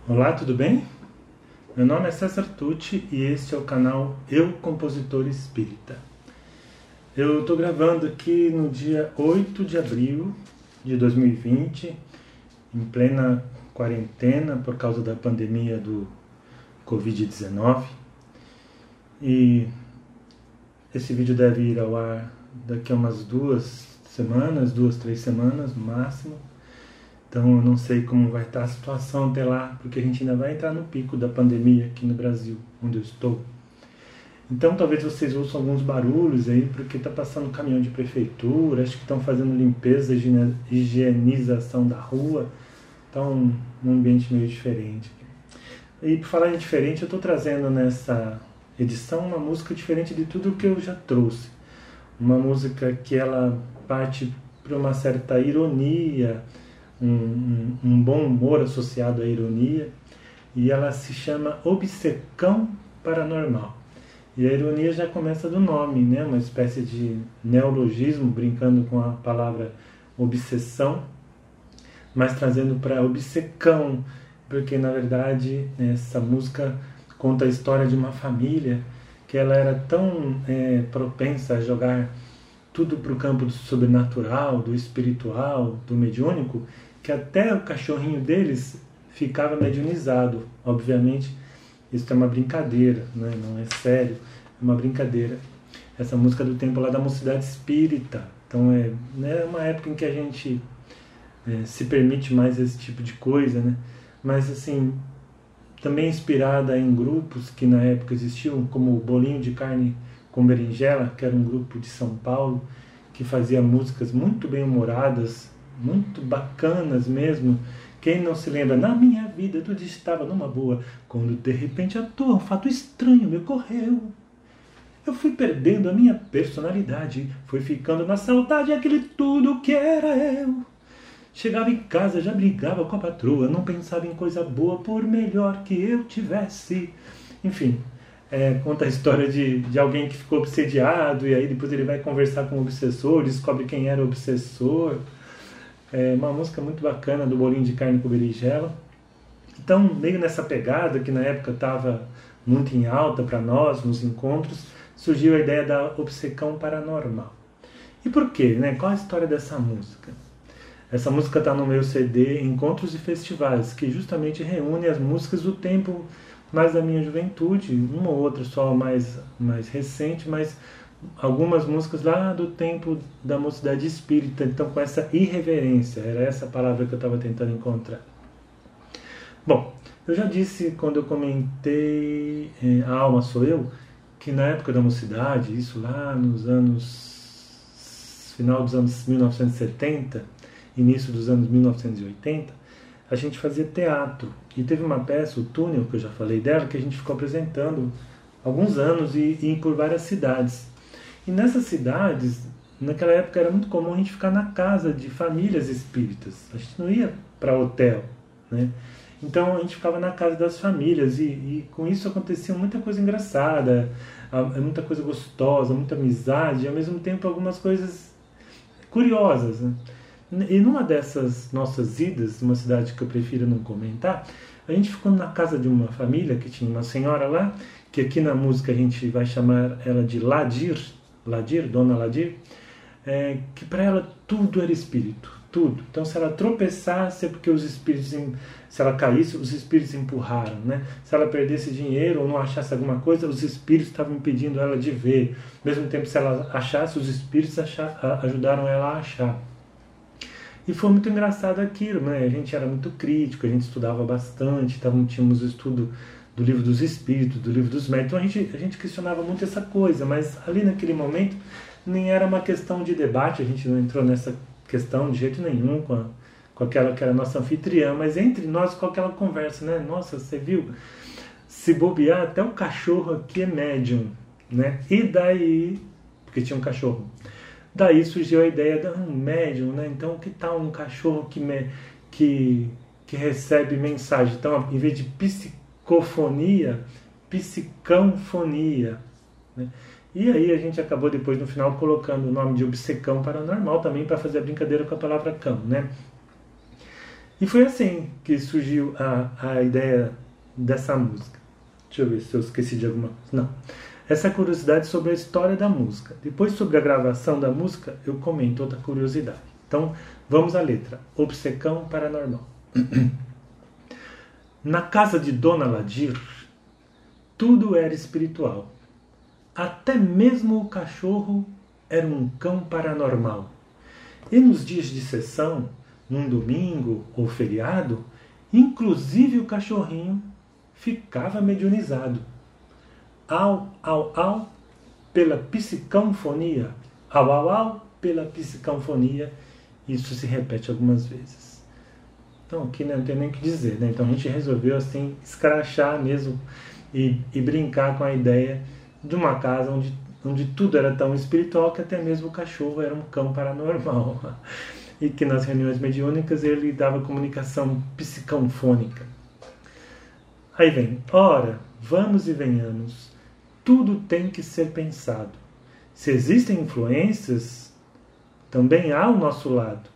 Olá, tudo bem? Meu nome é César Tucci e este é o canal Eu Compositor Espírita. Eu estou gravando aqui no dia 8 de abril de 2020, em plena quarentena por causa da pandemia do Covid-19. E esse vídeo deve ir ao ar daqui a umas 3 semanas no máximo. Então eu não sei como vai estar a situação até lá, porque a gente ainda vai entrar no pico da pandemia aqui no Brasil, onde eu estou. Então talvez vocês ouçam alguns barulhos aí, porque está passando caminhão de prefeitura, acho que estão fazendo limpeza, higienização da rua. Então um ambiente meio diferente. E por falar em diferente, eu estou trazendo nessa edição uma música diferente de tudo que eu já trouxe. Uma música que ela parte para uma certa ironia, um bom humor associado à ironia, e ela se chama Obsecão Paranormal. E a ironia já começa do nome, né? Uma espécie de neologismo, brincando com a palavra obsessão, mas trazendo para obsecão, porque na verdade essa música conta a história de uma família que ela era tão propensa a jogar tudo para o campo do sobrenatural, do espiritual, do mediúnico, que até o cachorrinho deles ficava mediunizado. Obviamente, isso é uma brincadeira, né? Não é sério, é uma brincadeira. Essa música do tempo lá da Mocidade Espírita. Então é uma época em que a gente se permite mais esse tipo de coisa, né? Mas assim, também inspirada em grupos que na época existiam, como o Bolinho de Carne com Berinjela, que era um grupo de São Paulo, que fazia músicas muito bem humoradas, muito bacanas mesmo. Quem não se lembra? Na minha vida tudo estava numa boa, quando de repente à toa um fato estranho me ocorreu. Eu fui perdendo a minha personalidade, fui ficando na saudade aquele tudo que era eu. Chegava em casa, já brigava com a patroa, não pensava em coisa boa por melhor que eu tivesse. Enfim, conta a história de alguém que ficou obsediado e aí depois ele vai conversar com o obsessor, descobre quem era o obsessor. É uma música muito bacana do Bolinho de Carne com Berinjela. Então, meio nessa pegada que na época estava muito em alta para nós, nos encontros, surgiu a ideia da Obsecão Paranormal. E por quê? Né? Qual a história dessa música? Essa música está no meu CD Encontros e Festivais, que justamente reúne as músicas do tempo mais da minha juventude, uma ou outra só mais recente, mas algumas músicas lá do tempo da Mocidade Espírita, então com essa irreverência, era essa palavra que eu estava tentando encontrar. Bom, eu já disse quando eu comentei A Alma Sou Eu, que na época da mocidade, isso lá nos final dos anos 1970, início dos anos 1980, a gente fazia teatro. E teve uma peça, o Túnel, que eu já falei dela, que a gente ficou apresentando alguns anos e por várias cidades. E nessas cidades, naquela época era muito comum a gente ficar na casa de famílias espíritas. A gente não ia para hotel, né? Então a gente ficava na casa das famílias e com isso acontecia muita coisa engraçada, muita coisa gostosa, muita amizade e ao mesmo tempo algumas coisas curiosas, né? E numa dessas nossas idas, uma cidade que eu prefiro não comentar, a gente ficou na casa de uma família que tinha uma senhora lá, que aqui na música a gente vai chamar ela de Ladir, Dona Ladir, que para ela tudo era espírito, tudo. Então se ela tropeçasse é porque os espíritos, se ela caísse, os espíritos empurraram, né? Se ela perdesse dinheiro ou não achasse alguma coisa, os espíritos estavam impedindo ela de ver. Ao mesmo tempo, se ela achasse, os espíritos ajudaram ela a achar. E foi muito engraçado aquilo, né? A gente era muito crítico, a gente estudava bastante, tínhamos o estudo do livro dos espíritos, do livro dos médiuns, então a gente questionava muito essa coisa, mas ali naquele momento nem era uma questão de debate, a gente não entrou nessa questão de jeito nenhum com aquela que era a nossa anfitriã, mas entre nós com aquela conversa, né? Nossa, você viu? Se bobear, até o cachorro aqui é médium, né? E daí, porque tinha um cachorro. Daí surgiu a ideia de um médium, né? Então, que tal um cachorro que recebe mensagem? Então, em vez de psicofonia, psicanfonia, né? E aí a gente acabou depois, no final, colocando o nome de Obsecão Paranormal também para fazer a brincadeira com a palavra cão, né? E foi assim que surgiu a ideia dessa música. Deixa eu ver se eu esqueci de alguma coisa. Não. Essa curiosidade sobre a história da música. Depois, sobre a gravação da música, eu comento outra curiosidade. Então, vamos à letra. Obsecão Paranormal. Na casa de Dona Ladir, tudo era espiritual. Até mesmo o cachorro era um cão paranormal. E nos dias de sessão, num domingo ou feriado, inclusive o cachorrinho ficava mediunizado. Au, au, au, pela psicanfonia. Au, au, au, pela psicanfonia. Isso se repete algumas vezes. Então aqui não tem nem o que dizer, né? Então a gente resolveu assim escrachar mesmo e brincar com a ideia de uma casa onde tudo era tão espiritual que até mesmo o cachorro era um cão paranormal. E que nas reuniões mediúnicas ele dava comunicação psicanfônica. Aí vem, ora, vamos e venhamos, tudo tem que ser pensado. Se existem influências, também há o nosso lado.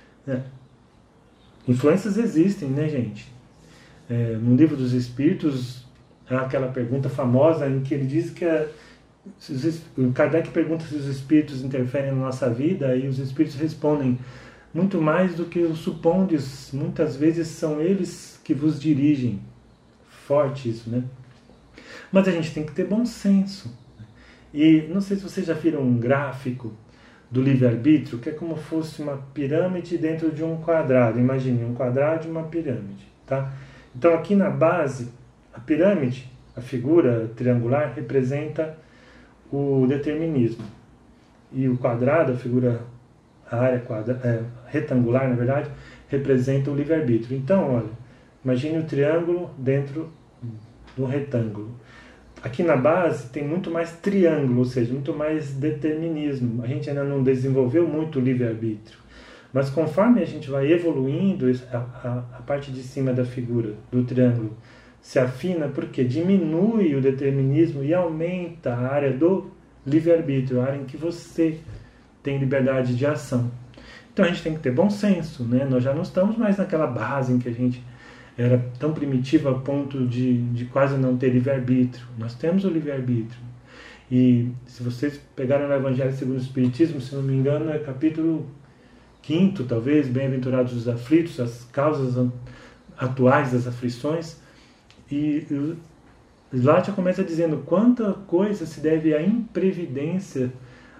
Influências existem, né, gente? No Livro dos Espíritos, há aquela pergunta famosa em que ele diz que o Kardec pergunta se os espíritos interferem na nossa vida e os espíritos respondem: muito mais do que os supondes, muitas vezes são eles que vos dirigem. Forte isso, né? Mas a gente tem que ter bom senso. E não sei se vocês já viram um gráfico do livre-arbítrio, que é como se fosse uma pirâmide dentro de um quadrado. Imagine um quadrado e uma pirâmide, tá? Então aqui na base, a pirâmide, a figura triangular, representa o determinismo. E o quadrado, a área retangular, na verdade, representa o livre-arbítrio. Então, olha, imagine o triângulo dentro do retângulo. Aqui na base tem muito mais triângulo, ou seja, muito mais determinismo. A gente ainda não desenvolveu muito o livre-arbítrio. Mas conforme a gente vai evoluindo, a parte de cima da figura, do triângulo, se afina porque diminui o determinismo e aumenta a área do livre-arbítrio, a área em que você tem liberdade de ação. Então a gente tem que ter bom senso, né? Nós já não estamos mais naquela base em que a gente era tão primitivo a ponto de quase não ter livre-arbítrio. Nós temos o livre-arbítrio. E se vocês pegaram no Evangelho segundo o Espiritismo, se não me engano, é capítulo 5º, talvez, Bem-aventurados os aflitos, as causas atuais das aflições. E lá já começa dizendo quanta coisa se deve à imprevidência,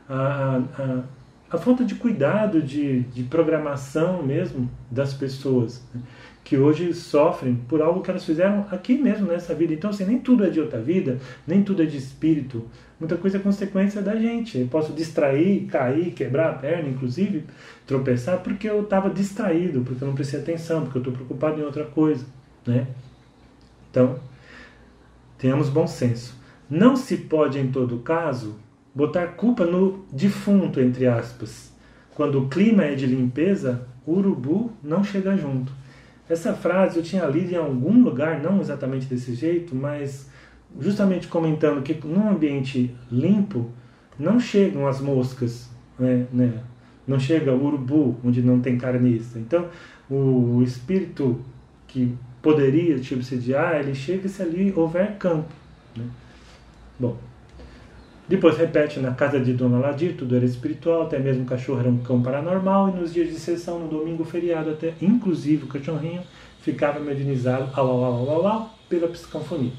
a falta de cuidado, de programação mesmo das pessoas, né, que hoje sofrem por algo que elas fizeram aqui mesmo nessa vida. Então, assim, nem tudo é de outra vida, nem tudo é de espírito. Muita coisa é consequência da gente. Eu posso distrair, cair, quebrar a perna, inclusive, tropeçar, porque eu estava distraído, porque eu não prestei atenção, porque eu estou preocupado em outra coisa, né? Então, tenhamos bom senso. Não se pode, em todo caso, botar culpa no defunto, entre aspas. Quando o clima é de limpeza, o urubu não chega junto. Essa frase eu tinha lido em algum lugar, não exatamente desse jeito, mas justamente comentando que num ambiente limpo não chegam as moscas, né? Não chega o urubu, onde não tem carniça. Então, o espírito que poderia te obsediar, ele chega se ali houver campo, né? Bom, depois repete, na casa de Dona Ladir, tudo era espiritual, até mesmo o cachorro era um cão paranormal, e nos dias de sessão, no domingo feriado, até inclusive o cachorrinho ficava mediunizado, au, au, au, au, au, pela psicanfonia.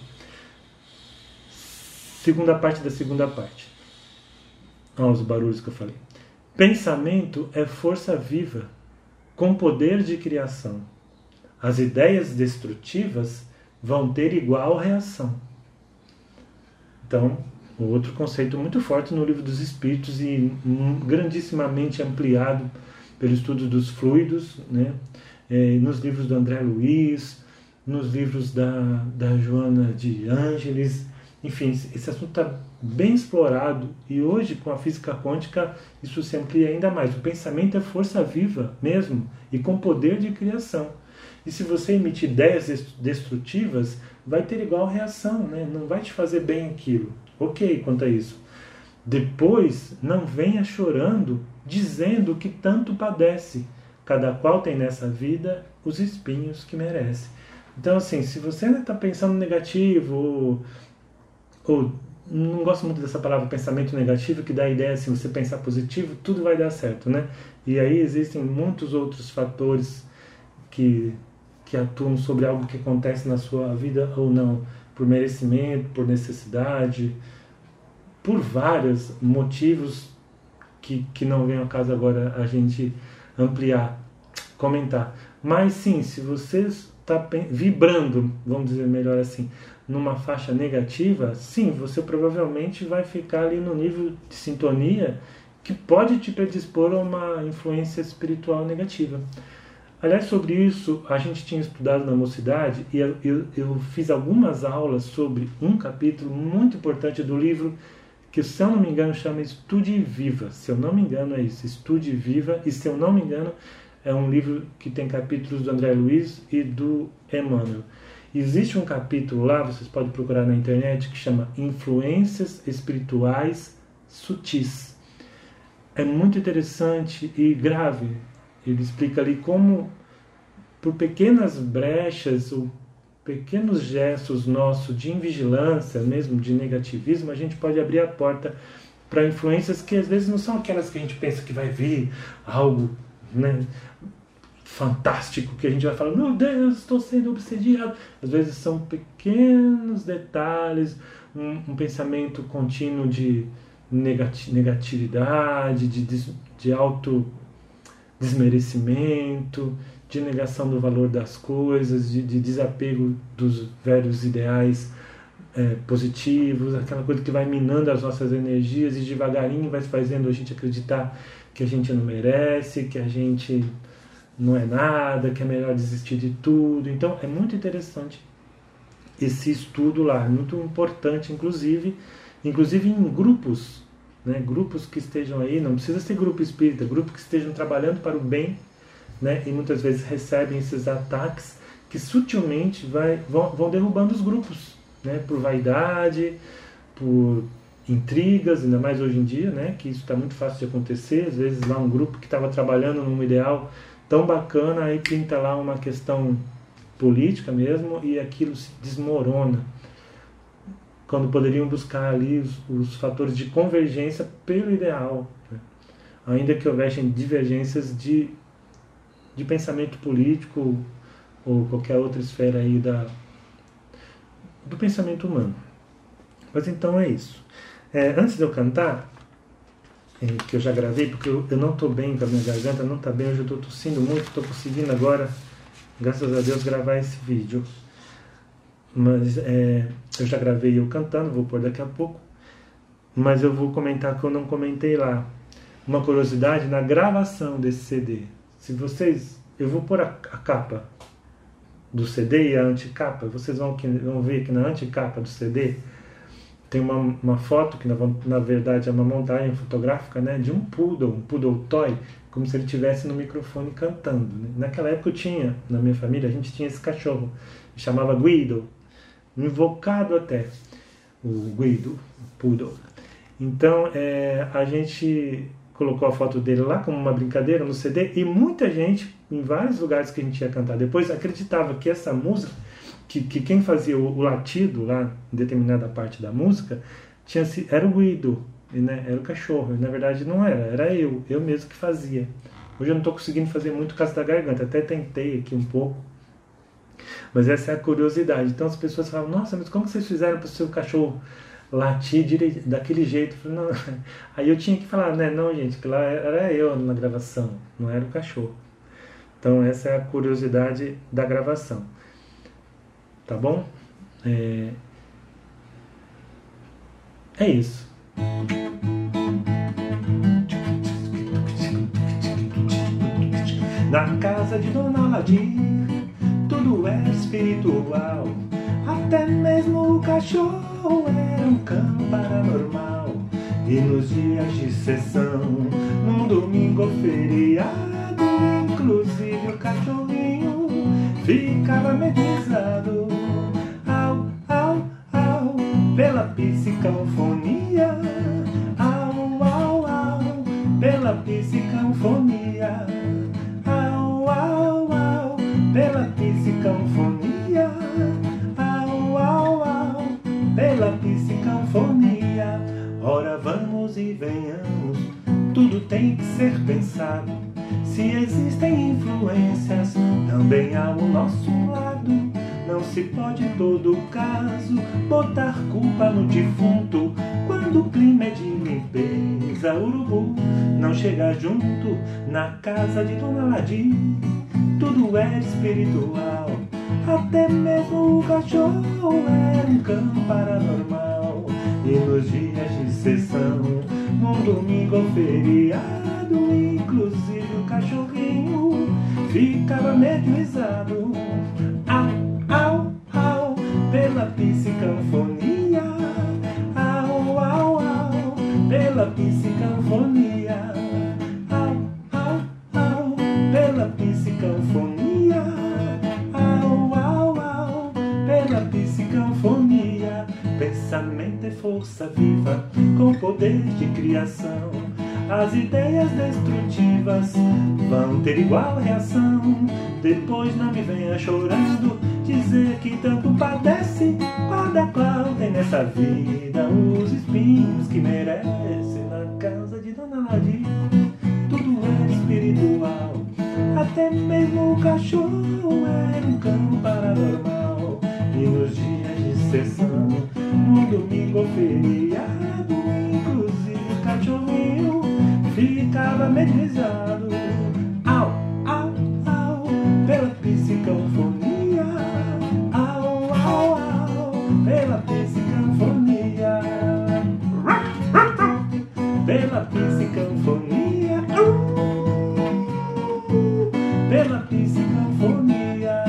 Segunda parte da segunda parte. Olha os barulhos que eu falei. Pensamento é força viva, com poder de criação. As ideias destrutivas vão ter igual reação. Então, outro conceito muito forte no Livro dos Espíritos e grandissimamente ampliado pelo estudo dos fluidos, né? Nos livros do André Luiz, nos livros da Joana de Ângeles. Enfim, esse assunto está bem explorado e hoje, com a física quântica, isso se amplia ainda mais. O pensamento é força viva mesmo e com poder de criação. E se você emitir ideias destrutivas, vai ter igual reação, né? Não vai te fazer bem aquilo. Ok, quanto a isso. Depois, não venha chorando, dizendo que tanto padece. Cada qual tem nessa vida os espinhos que merece. Então, assim, se você ainda está pensando negativo, ou não gosto muito dessa palavra pensamento negativo, que dá a ideia, se você pensar positivo, tudo vai dar certo, né? E aí existem muitos outros fatores que atuam sobre algo que acontece na sua vida ou não, por merecimento, por necessidade, por vários motivos que não vem ao caso agora a gente ampliar, comentar. Mas sim, se você está vibrando, vamos dizer melhor assim, numa faixa negativa, sim, você provavelmente vai ficar ali no nível de sintonia que pode te predispor a uma influência espiritual negativa. Aliás, sobre isso, a gente tinha estudado na mocidade e eu fiz algumas aulas sobre um capítulo muito importante do livro que, se eu não me engano, chama Estude Viva. Se eu não me engano é isso, Estude Viva. E se eu não me engano, é um livro que tem capítulos do André Luiz e do Emmanuel. Existe um capítulo lá, vocês podem procurar na internet, que chama Influências Espirituais Sutis. É muito interessante e grave. Ele explica ali como, por pequenas brechas ou pequenos gestos nossos de invigilância, mesmo de negativismo, a gente pode abrir a porta para influências que às vezes não são aquelas que a gente pensa que vai vir algo, né, fantástico, que a gente vai falar, meu Deus, estou sendo obsediado. Às vezes são pequenos detalhes, um pensamento contínuo de negatividade, de auto desmerecimento, de negação do valor das coisas, de desapego dos velhos ideais positivos, aquela coisa que vai minando as nossas energias e devagarinho vai fazendo a gente acreditar que a gente não merece, que a gente não é nada, que é melhor desistir de tudo. Então é muito interessante esse estudo lá, muito importante, inclusive em grupos, né? Grupos que estejam aí, não precisa ser grupo espírita, grupos que estejam trabalhando para o bem, né? E muitas vezes recebem esses ataques que sutilmente vão derrubando os grupos, né? Por vaidade, por intrigas, ainda mais hoje em dia, né? Que isso está muito fácil de acontecer. Às vezes lá um grupo que estava trabalhando num ideal tão bacana, aí pinta lá uma questão política mesmo e aquilo se desmorona, quando poderiam buscar ali os fatores de convergência pelo ideal, né? Ainda que houvessem divergências de pensamento político ou qualquer outra esfera aí do pensamento humano. Mas então é isso. Antes de eu cantar, que eu já gravei, porque eu não estou bem com a minha garganta, não está bem, hoje eu estou tossindo muito, estou conseguindo agora, graças a Deus, gravar esse vídeo. Mas eu já gravei eu cantando, vou pôr daqui a pouco, mas eu vou comentar que eu não comentei lá. Uma curiosidade na gravação desse CD. Se vocês, eu vou pôr a capa do CD e a anticapa, vocês vão ver que na anticapa do CD tem uma foto que na verdade é uma montagem fotográfica, né, de um poodle toy, como se ele estivesse no microfone cantando, né? Naquela época na minha família, a gente tinha esse cachorro, chamava Guido, invocado até, o Guido, o poodle. Então a gente colocou a foto dele lá como uma brincadeira no CD e muita gente, em vários lugares que a gente ia cantar depois, acreditava que essa música, que quem fazia o latido lá em determinada parte da música era o Guido, né? Era o cachorro. E, na verdade não era eu mesmo que fazia. Hoje eu não estou conseguindo fazer muito por causa da garganta, até tentei aqui um pouco, mas essa é a curiosidade. Então as pessoas falam, nossa, mas como vocês fizeram para o seu cachorro latir daquele jeito? Eu falei, não. Aí eu tinha que falar, né? Não, gente, que lá era eu na gravação, não era o cachorro. Então essa é a curiosidade da gravação. Tá bom? É isso. Na casa de Dona Ladir, tudo é espiritual. Até mesmo o cachorro era um cão paranormal. E nos dias de sessão, num domingo ou feriado, inclusive o cachorrinho ficava medizado. Au, au, au, pela psicanfonia. Au, au, au, pela psicanfonia. Au, au, au, e venhamos, tudo tem que ser pensado. Se existem influências, também há o nosso lado. Não se pode em todo caso botar culpa no defunto. Quando o clima é de limpeza, urubu não chega junto na casa de Dona Ladi. Tudo é espiritual, até mesmo o cachorro é um cão paranormal. E nos dias de sessão, num domingo ou feriado, inclusive o cachorrinho ficava mediunizado. Au, au, pela psicanfonia. Au, au, au, pela psicanfonia. Au, au, au, pela psicanfonia. Au, au, au, pela psicanfonia. Pensamento é força viva, com poder de criação. As ideias destrutivas vão ter igual reação. Depois não me venha chorando, dizer que tanto padece. Cada qual tem nessa vida os espinhos que merece. Na casa de Dona Ladi, tudo é espiritual, até mesmo o cachorro é um cão paranormal. E nos dias de sessão, no domingo ou feriado, inclusive o cachorrinho ficava mediunizado. Au, au, au, pela psicanfonia. Au, au, au, pela psicanfonia. Pela psicanfonia. Pela psicanfonia.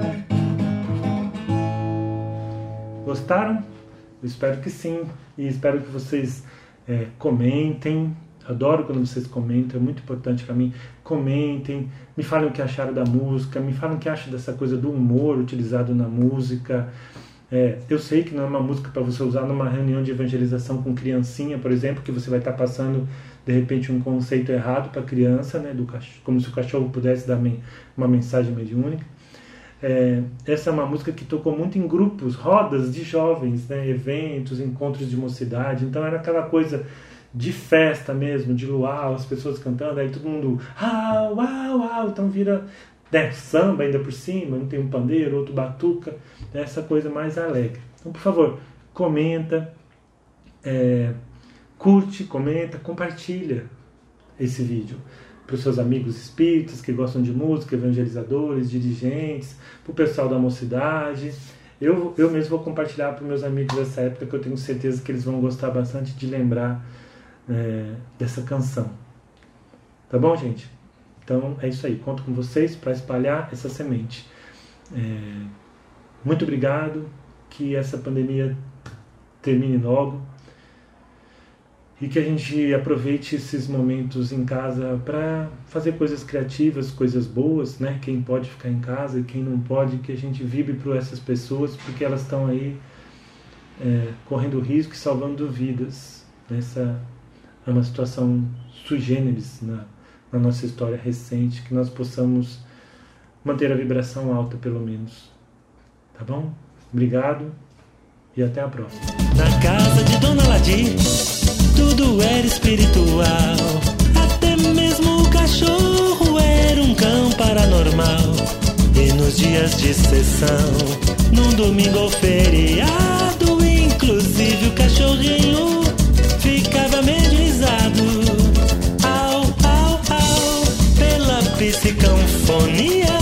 Gostaram? Eu espero que sim. E espero que vocês comentem. Adoro quando vocês comentam, é muito importante para mim. Comentem, me falem o que acharam da música, me falem o que acham dessa coisa do humor utilizado na música. Eu sei que não é uma música para você usar numa reunião de evangelização com criancinha, por exemplo, que você vai estar passando, de repente, um conceito errado para a criança, né, como se o cachorro pudesse dar uma mensagem mediúnica. Essa é uma música que tocou muito em grupos, rodas de jovens, né, eventos, encontros de mocidade. Então era aquela coisa de festa mesmo, de luau, as pessoas cantando, aí todo mundo au, au, au, então vira samba ainda por cima, não tem um pandeiro, outro batuca, essa coisa mais alegre. Então, por favor, comenta, curte, comenta, compartilha esse vídeo para os seus amigos espíritas que gostam de música, evangelizadores, dirigentes, para o pessoal da mocidade. Eu mesmo vou compartilhar para os meus amigos dessa época, que eu tenho certeza que eles vão gostar bastante de lembrar dessa canção. Tá bom, gente? Então é isso aí, conto com vocês para espalhar essa semente. Muito obrigado, que essa pandemia termine logo e que a gente aproveite esses momentos em casa para fazer coisas criativas, coisas boas, né? Quem pode ficar em casa e quem não pode, que a gente vibre por essas pessoas, porque elas estão aí correndo risco e salvando vidas. Essa é uma situação sui generis na nossa história recente, que nós possamos manter a vibração alta, pelo menos. Tá bom? Obrigado e até a próxima. Na casa de Dona Ladi, tudo era espiritual, até mesmo o cachorro era um cão paranormal. E nos dias de sessão, num domingo ou feriado, inclusive o cachorrinho ficava mediunizado. Au, au, au, pela psicanfonia.